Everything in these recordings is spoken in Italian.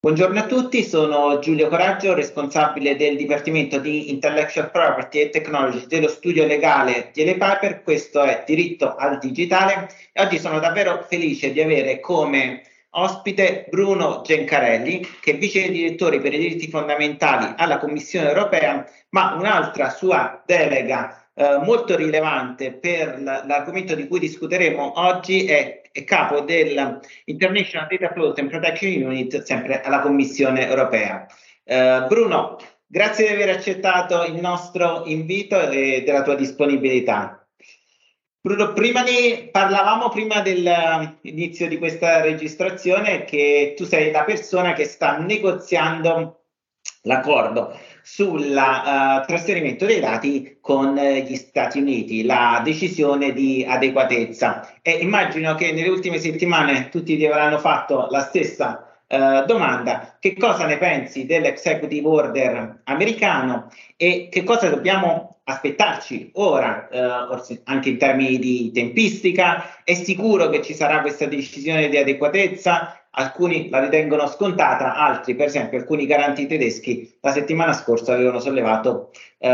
Buongiorno a tutti, sono Giulio Coraggio, responsabile del Dipartimento di Intellectual Property e Technology dello studio legale di LA Piper. Questo è Diritto al Digitale e oggi sono davvero felice di avere come ospite Bruno Gencarelli, che è vice direttore per i diritti fondamentali alla Commissione europea, ma un'altra sua delega molto rilevante per l'argomento di cui discuteremo oggi è capo del International Data Flows and Protection Unit, sempre alla Commissione europea. Bruno, grazie di aver accettato il nostro invito e della tua disponibilità. Bruno, parlavamo prima dell'inizio di questa registrazione che tu sei la persona che sta negoziando l'accordo sul trasferimento dei dati con gli Stati Uniti, la decisione di adeguatezza. E immagino che nelle ultime settimane tutti ti avranno fatto la stessa domanda: che cosa ne pensi dell'executive order americano e che cosa dobbiamo aspettarci ora, anche in termini di tempistica? È sicuro che ci sarà questa decisione di adeguatezza? Alcuni la ritengono scontata, altri, per esempio alcuni garanti tedeschi, la settimana scorsa avevano sollevato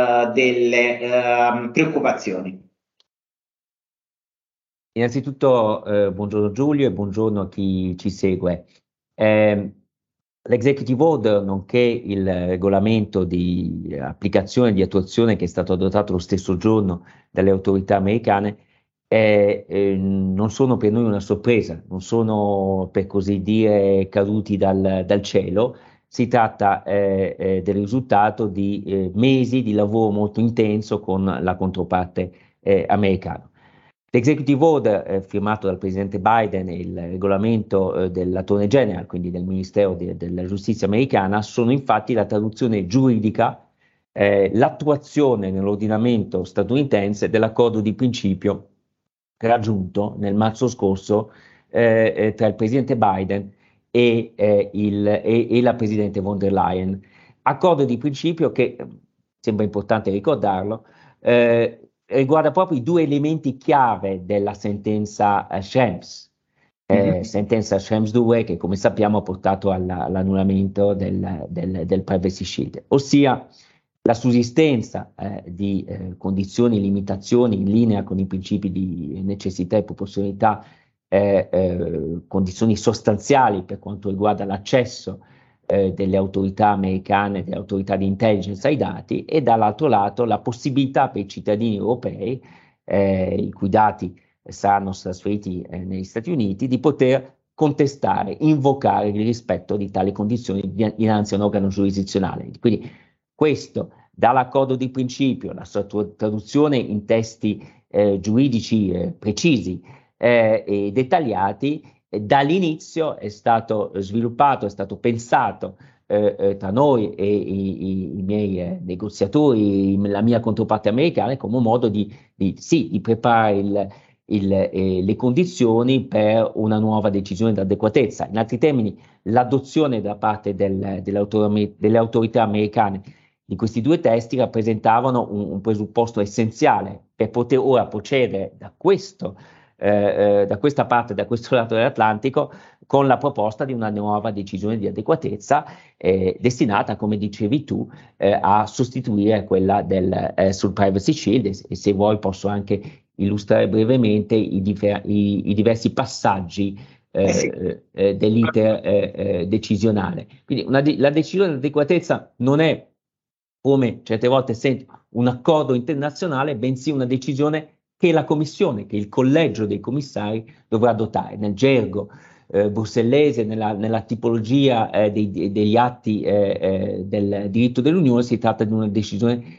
delle preoccupazioni. Innanzitutto buongiorno Giulio e buongiorno a chi ci segue. L'executive order, nonché il regolamento di applicazione e di attuazione che è stato adottato lo stesso giorno dalle autorità americane, non sono per noi una sorpresa, non sono per così dire caduti dal cielo. Si tratta del risultato di mesi di lavoro molto intenso con la controparte americana. L'executive order firmato dal presidente Biden e il regolamento dell'Attorney General, quindi del Ministero della Giustizia americana, sono infatti la traduzione giuridica, l'attuazione nell'ordinamento statunitense dell'accordo di principio raggiunto nel marzo scorso tra il presidente Biden e la presidente von der Leyen. Accordo di principio che, sembra importante ricordarlo, riguarda proprio i due elementi chiave della sentenza Schrems. Sentenza Schrems 2 che, come sappiamo, ha portato all'annullamento del Privacy Shield, ossia la sussistenza di condizioni e limitazioni in linea con i principi di necessità e proporzionalità, condizioni sostanziali per quanto riguarda l'accesso delle autorità americane, delle autorità di intelligence ai dati, e dall'altro lato la possibilità per i cittadini europei, i cui dati saranno trasferiti negli Stati Uniti, di poter contestare, invocare il rispetto di tali condizioni dinanzi a un organo giurisdizionale. Quindi questo, dall'accordo di principio, la sua traduzione in testi giuridici precisi e dettagliati, dall'inizio è stato sviluppato, è stato pensato tra noi e i miei negoziatori, la mia controparte americana, come un modo di preparare le condizioni per una nuova decisione d'adeguatezza. In altri termini, l'adozione da parte delle autorità americane di questi due testi rappresentavano un presupposto essenziale per poter ora procedere da questa parte, da questo lato dell'Atlantico, con la proposta di una nuova decisione di adeguatezza destinata, come dicevi tu, a sostituire quella sul Privacy Shield, e se vuoi posso anche illustrare brevemente i diversi passaggi dell'iter decisionale. Quindi la decisione di adeguatezza non è, come certe volte sento, un accordo internazionale, bensì una decisione che la Commissione, che il collegio dei commissari dovrà adottare. Nel gergo brussellese, nella tipologia degli atti del diritto dell'Unione, si tratta di una decisione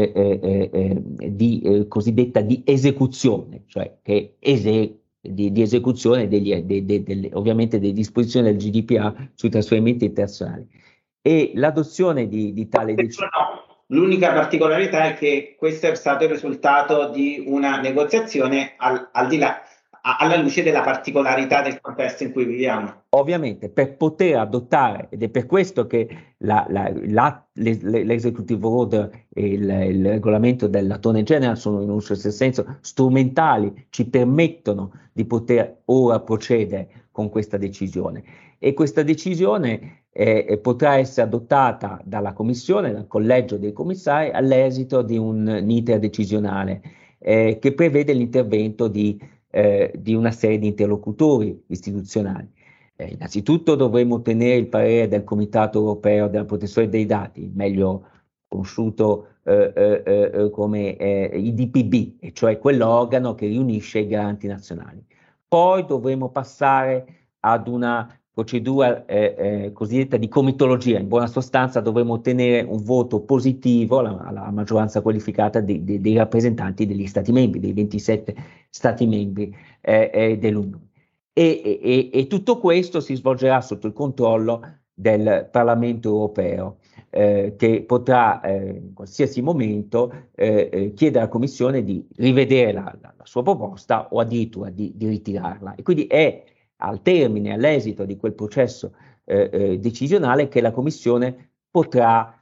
cosiddetta di esecuzione, cioè che di esecuzione ovviamente delle disposizioni del GDPR sui trasferimenti internazionali. E l'adozione di tale decisione. L'unica particolarità è che questo è stato il risultato di una negoziazione al di là, alla luce della particolarità del contesto in cui viviamo. Ovviamente, per poter adottare, ed è per questo che l'executive order e il regolamento dell'Attorney General sono in un certo senso strumentali, ci permettono di poter ora procedere con questa decisione. E questa decisione potrà essere adottata dalla Commissione, dal Collegio dei Commissari, all'esito di un iter decisionale che prevede l'intervento di una serie di interlocutori istituzionali. Innanzitutto dovremo ottenere il parere del Comitato Europeo della Protezione dei Dati, meglio conosciuto come IDPB, e cioè quell'organo che riunisce i garanti nazionali. Poi dovremo passare ad una procedura cosiddetta di comitologia. In buona sostanza dovremo ottenere un voto positivo alla maggioranza qualificata dei rappresentanti degli Stati membri, dei 27 Stati membri dell'Unione. E tutto questo si svolgerà sotto il controllo del Parlamento europeo, che potrà in qualsiasi momento chiedere alla Commissione di rivedere la sua proposta o addirittura di ritirarla. E quindi è al termine, all'esito di quel processo decisionale, che la Commissione potrà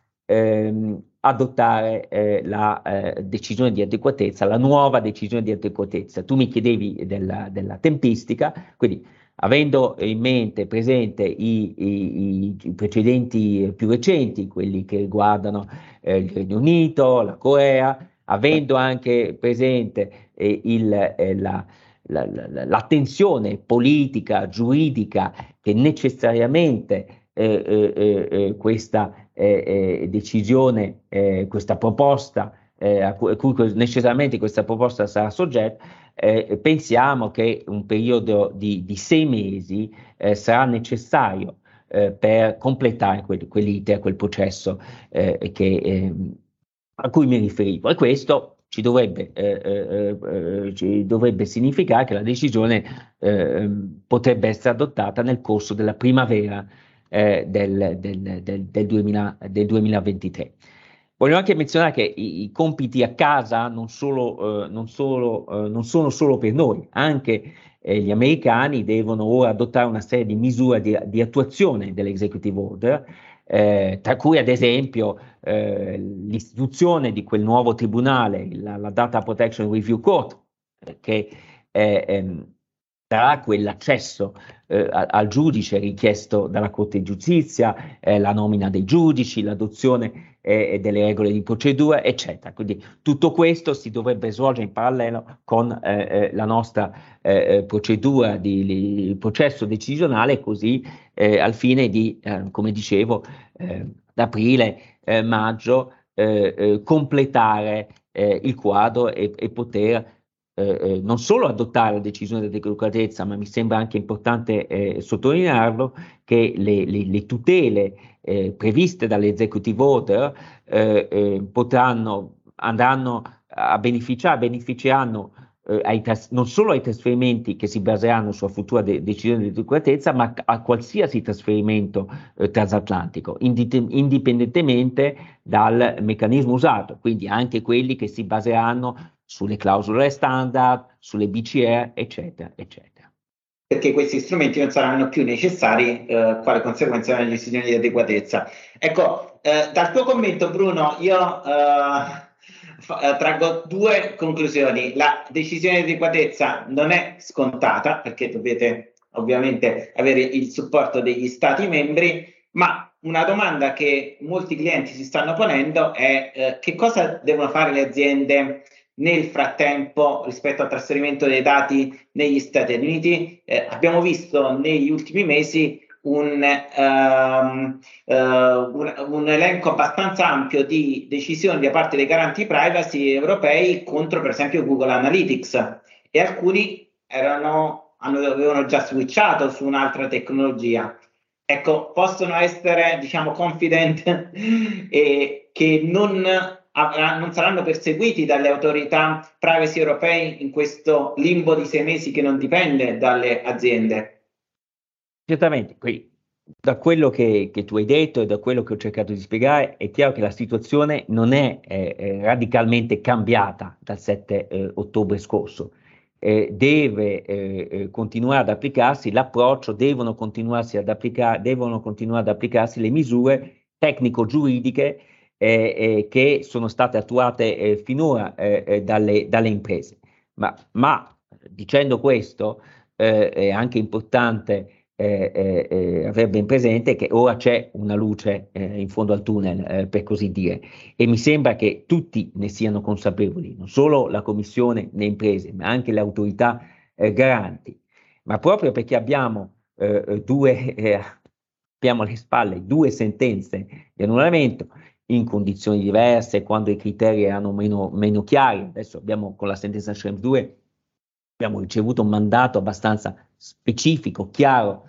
adottare la decisione di adeguatezza, la nuova decisione di adeguatezza. Tu mi chiedevi della tempistica, quindi avendo in mente presente i precedenti più recenti, quelli che riguardano il Regno Unito, la Corea, avendo anche presente la tensione politica, giuridica che necessariamente questa decisione, questa proposta, a cui necessariamente questa proposta sarà soggetta, pensiamo che un periodo di 6 mesi sarà necessario per completare quell'iter, quel processo a cui mi riferivo. E questo ci dovrebbe significare che la decisione potrebbe essere adottata nel corso della primavera del 2023. Voglio anche menzionare che i compiti a casa non sono solo per noi, anche gli americani devono ora adottare una serie di misure di attuazione dell'Executive Order, tra cui ad esempio l'istituzione di quel nuovo tribunale, la Data Protection Review Court, che darà quell'accesso al giudice richiesto dalla Corte di Giustizia, la nomina dei giudici, l'adozione delle regole di procedura, eccetera. Quindi tutto questo si dovrebbe svolgere in parallelo con la nostra procedura il processo decisionale, così al fine di, come dicevo, ad aprile, maggio, completare il quadro e poter non solo adottare la decisione di adeguatezza, ma mi sembra anche importante sottolinearlo, che le tutele previste dall'Executive Order andranno a beneficeranno non solo ai trasferimenti che si baseranno sulla futura decisione di adeguatezza, ma a qualsiasi trasferimento transatlantico, indipendentemente dal meccanismo usato, quindi anche quelli che si baseranno sulle clausole standard, sulle BCE, eccetera, eccetera. Perché questi strumenti non saranno più necessari quale conseguenza delle decisioni di adeguatezza. Ecco, dal tuo commento, Bruno, io traggo 2 conclusioni. La decisione di adeguatezza non è scontata, perché dovete ovviamente avere il supporto degli Stati membri, ma una domanda che molti clienti si stanno ponendo è che cosa devono fare le aziende nel frattempo rispetto al trasferimento dei dati negli Stati Uniti. Abbiamo visto negli ultimi mesi un elenco abbastanza ampio di decisioni da parte dei garanti privacy europei contro per esempio Google Analytics, e alcuni avevano già switchato su un'altra tecnologia. Ecco, possono essere, diciamo, confident che non saranno perseguiti dalle autorità privacy europee in questo limbo di 6 mesi che non dipende dalle aziende. Certamente, qui, da quello che tu hai detto e da quello che ho cercato di spiegare, è chiaro che la situazione non è radicalmente cambiata dal 7 ottobre scorso. Deve continuare ad applicarsi l'approccio, devono continuare ad applicarsi le misure tecnico-giuridiche che sono state attuate finora dalle imprese. Ma dicendo questo, è anche importante aver ben presente che ora c'è una luce in fondo al tunnel, per così dire, e mi sembra che tutti ne siano consapevoli, non solo la Commissione, le imprese, ma anche le autorità garanti, ma proprio perché abbiamo alle spalle due sentenze di annullamento in condizioni diverse, quando i criteri erano meno chiari. Adesso abbiamo con la sentenza Schrems 2 abbiamo ricevuto un mandato abbastanza specifico, chiaro,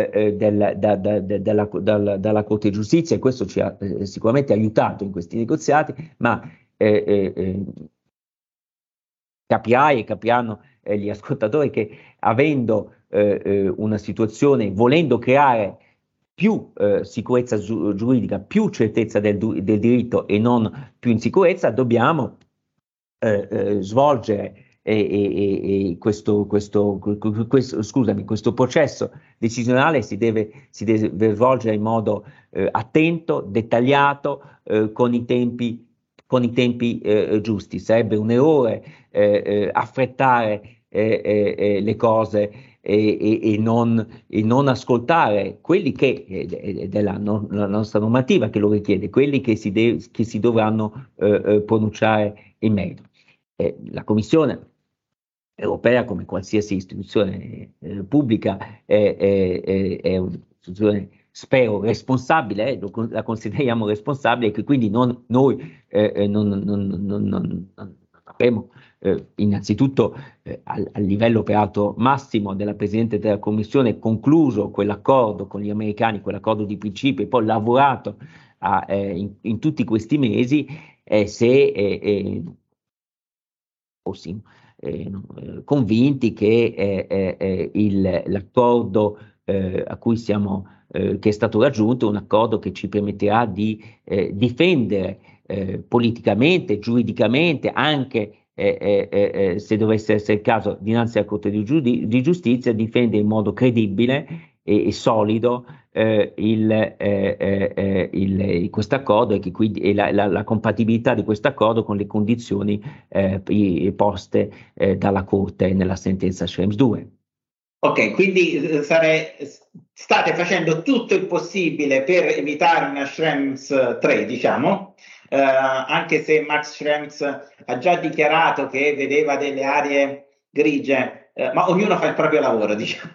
dalla Corte di Giustizia, e questo ci ha sicuramente aiutato in questi negoziati, ma capirai e capiranno gli ascoltatori che avendo una situazione, volendo creare più sicurezza giuridica, più certezza del diritto e non più insicurezza, dobbiamo svolgere questo processo decisionale si deve svolgere in modo attento, dettagliato, con i tempi giusti. Sarebbe un errore affrettare le cose e non ascoltare quelli che della la nostra normativa che lo richiede, quelli che si dovranno pronunciare in merito. La Commissione europea, come qualsiasi istituzione pubblica, è un'istituzione, spero, responsabile, la consideriamo responsabile, e che quindi noi non avremo innanzitutto al livello peraltro massimo della Presidente della Commissione concluso quell'accordo con gli americani, quell'accordo di principio, e poi lavorato in tutti questi mesi, se fossimo convinti che l'accordo a cui che è stato raggiunto è un accordo che ci permetterà di difendere politicamente, giuridicamente, anche se dovesse essere il caso dinanzi alla Corte di Giustizia, difendere in modo credibile e solido questo accordo, e che quindi la compatibilità di questo accordo con le condizioni poste dalla Corte nella sentenza Schrems 2. Ok, quindi state facendo tutto il possibile per evitare una Schrems 3, diciamo, anche se Max Schrems ha già dichiarato che vedeva delle aree grigie, ma ognuno fa il proprio lavoro, diciamo.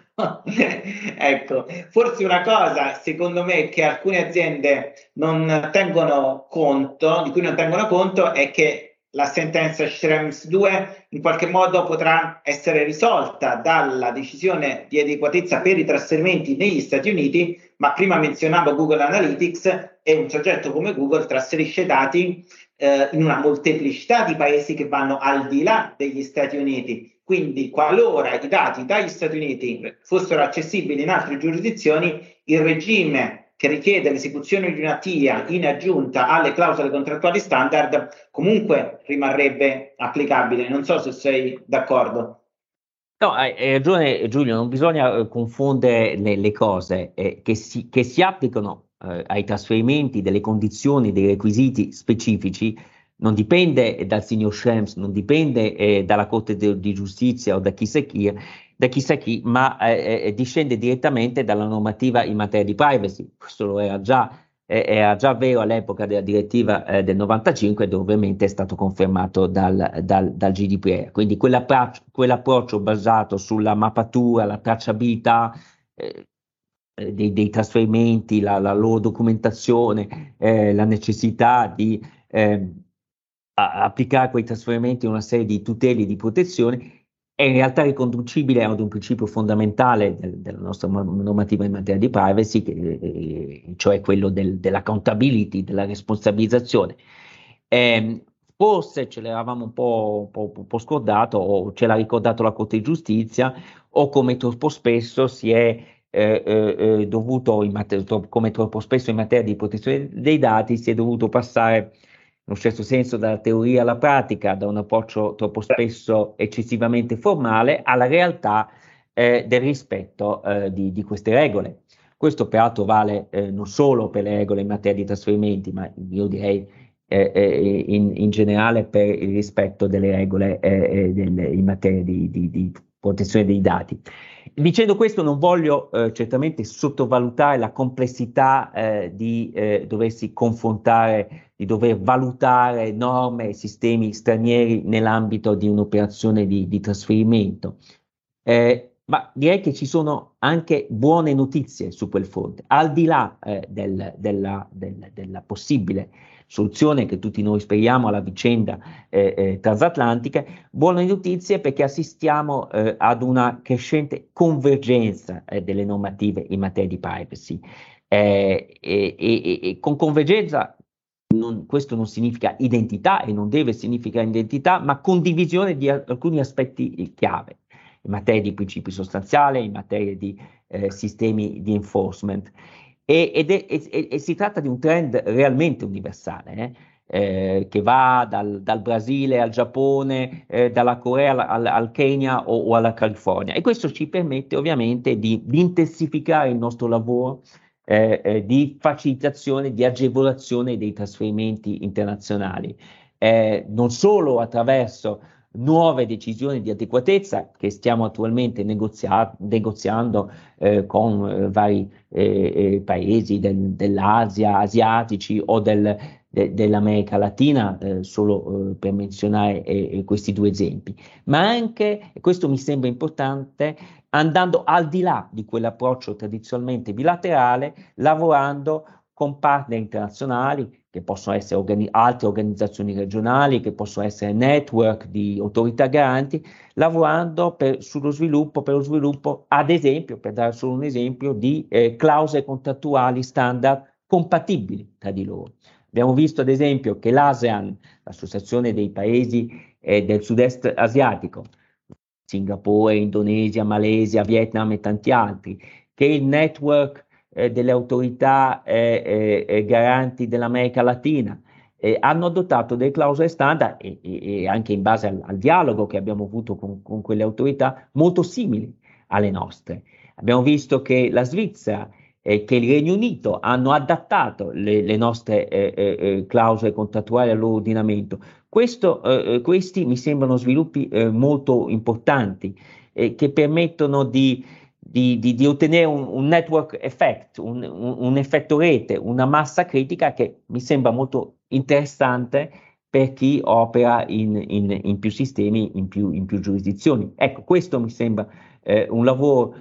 Ecco, forse una cosa, secondo me, che alcune aziende non tengono conto, di cui non tengono conto, è che la sentenza Schrems 2 in qualche modo potrà essere risolta dalla decisione di adeguatezza per i trasferimenti negli Stati Uniti, ma prima menzionavo Google Analytics, e un soggetto come Google trasferisce dati in una molteplicità di paesi che vanno al di là degli Stati Uniti. Quindi qualora i dati dagli Stati Uniti fossero accessibili in altre giurisdizioni, il regime che richiede l'esecuzione di una TIA in aggiunta alle clausole contrattuali standard comunque rimarrebbe applicabile. Non so se sei d'accordo. No, hai ragione Giulio, non bisogna confondere le cose che si applicano ai trasferimenti delle condizioni, dei requisiti specifici. Non dipende dal signor Schrems, non dipende dalla Corte di Giustizia o da chissà chi, ma discende direttamente dalla normativa in materia di privacy. Questo lo era già vero all'epoca della direttiva del 95, ed ovviamente è stato confermato dal GDPR. Quindi quell'approccio basato sulla mappatura, la tracciabilità dei trasferimenti, la loro documentazione, la necessità di applicare quei trasferimenti una serie di tutele e di protezioni, è in realtà riconducibile ad un principio fondamentale della nostra normativa in materia di privacy, cioè quello dell'accountability, della responsabilizzazione. Forse ce l'eravamo un po' scordato, o ce l'ha ricordato la Corte di Giustizia, o come troppo spesso si è dovuto, come troppo spesso in materia di protezione dei dati, si è dovuto passare in un certo senso dalla teoria alla pratica, da un approccio troppo spesso eccessivamente formale alla realtà del rispetto di queste regole. Questo peraltro vale non solo per le regole in materia di trasferimenti, ma io direi in generale per il rispetto delle regole in materia di protezione dei dati. Dicendo questo non voglio certamente sottovalutare la complessità di doversi confrontare, di dover valutare norme e sistemi stranieri nell'ambito di un'operazione di trasferimento. Ma direi che ci sono anche buone notizie su quel fronte, al di là della possibile soluzione che tutti noi speriamo alla vicenda transatlantica. Buone notizie perché assistiamo ad una crescente convergenza delle normative in materia di privacy. E con convergenza questo non significa identità e non deve significare identità, ma condivisione di alcuni aspetti chiave in materia di principi sostanziali, in materia di sistemi di enforcement. E si tratta di un trend realmente universale, che va dal Brasile al Giappone, dalla Corea al Kenya o alla California. E questo ci permette ovviamente di intensificare il nostro lavoro di facilitazione, di agevolazione dei trasferimenti internazionali, non solo attraverso nuove decisioni di adeguatezza che stiamo attualmente negoziando con vari paesi dell'Asia, asiatici o dell'America Latina, solo per menzionare questi due esempi, ma anche, e questo mi sembra importante, andando al di là di quell'approccio tradizionalmente bilaterale, lavorando con partner internazionali, che possono essere altre organizzazioni regionali, che possono essere network di autorità garanti, lavorando per lo sviluppo, ad esempio, per dare solo un esempio, di clausole contrattuali standard compatibili tra di loro. Abbiamo visto ad esempio che l'ASEAN, l'associazione dei paesi del sud-est asiatico, Singapore, Indonesia, Malesia, Vietnam e tanti altri, che il network delle autorità garanti dell'America Latina hanno adottato delle clausole standard e anche in base al dialogo che abbiamo avuto con quelle autorità molto simili alle nostre. Abbiamo visto che la Svizzera e che il Regno Unito hanno adattato le nostre clausole contrattuali al loro ordinamento. Questi mi sembrano sviluppi molto importanti che permettono di ottenere un network effect, un effetto rete, una massa critica che mi sembra molto interessante per chi opera in più sistemi, in più giurisdizioni. Ecco, questo mi sembra un lavoro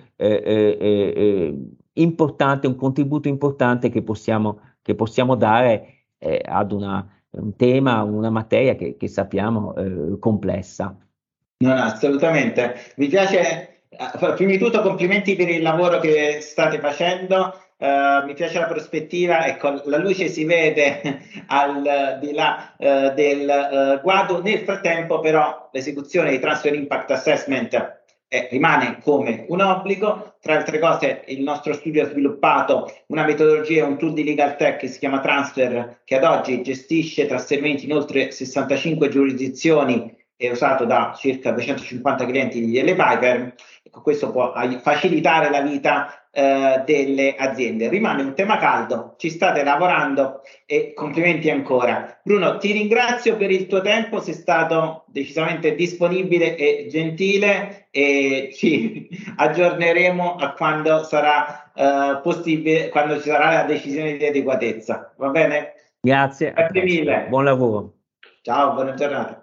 importante, un contributo importante che possiamo dare ad un tema, una materia che sappiamo complessa. No, assolutamente. Mi piace, prima di tutto complimenti per il lavoro che state facendo, mi piace la prospettiva, ecco, la luce si vede al di là del guado. Nel frattempo però l'esecuzione di Transfer Impact Assessment rimane come un obbligo. Tra altre cose il nostro studio ha sviluppato una metodologia, un tool di Legal Tech che si chiama Transfer, che ad oggi gestisce trasferimenti in oltre 65 giurisdizioni, è usato da circa 250 clienti di DL Piper. Ecco, questo può facilitare la vita delle aziende. Rimane un tema caldo, ci state lavorando e complimenti ancora. Bruno, ti ringrazio per il tuo tempo, sei stato decisamente disponibile e gentile e ci aggiorneremo a quando sarà possibile, quando ci sarà la decisione di adeguatezza. Va bene? Grazie. Grazie mille. Buon lavoro. Ciao, buona giornata.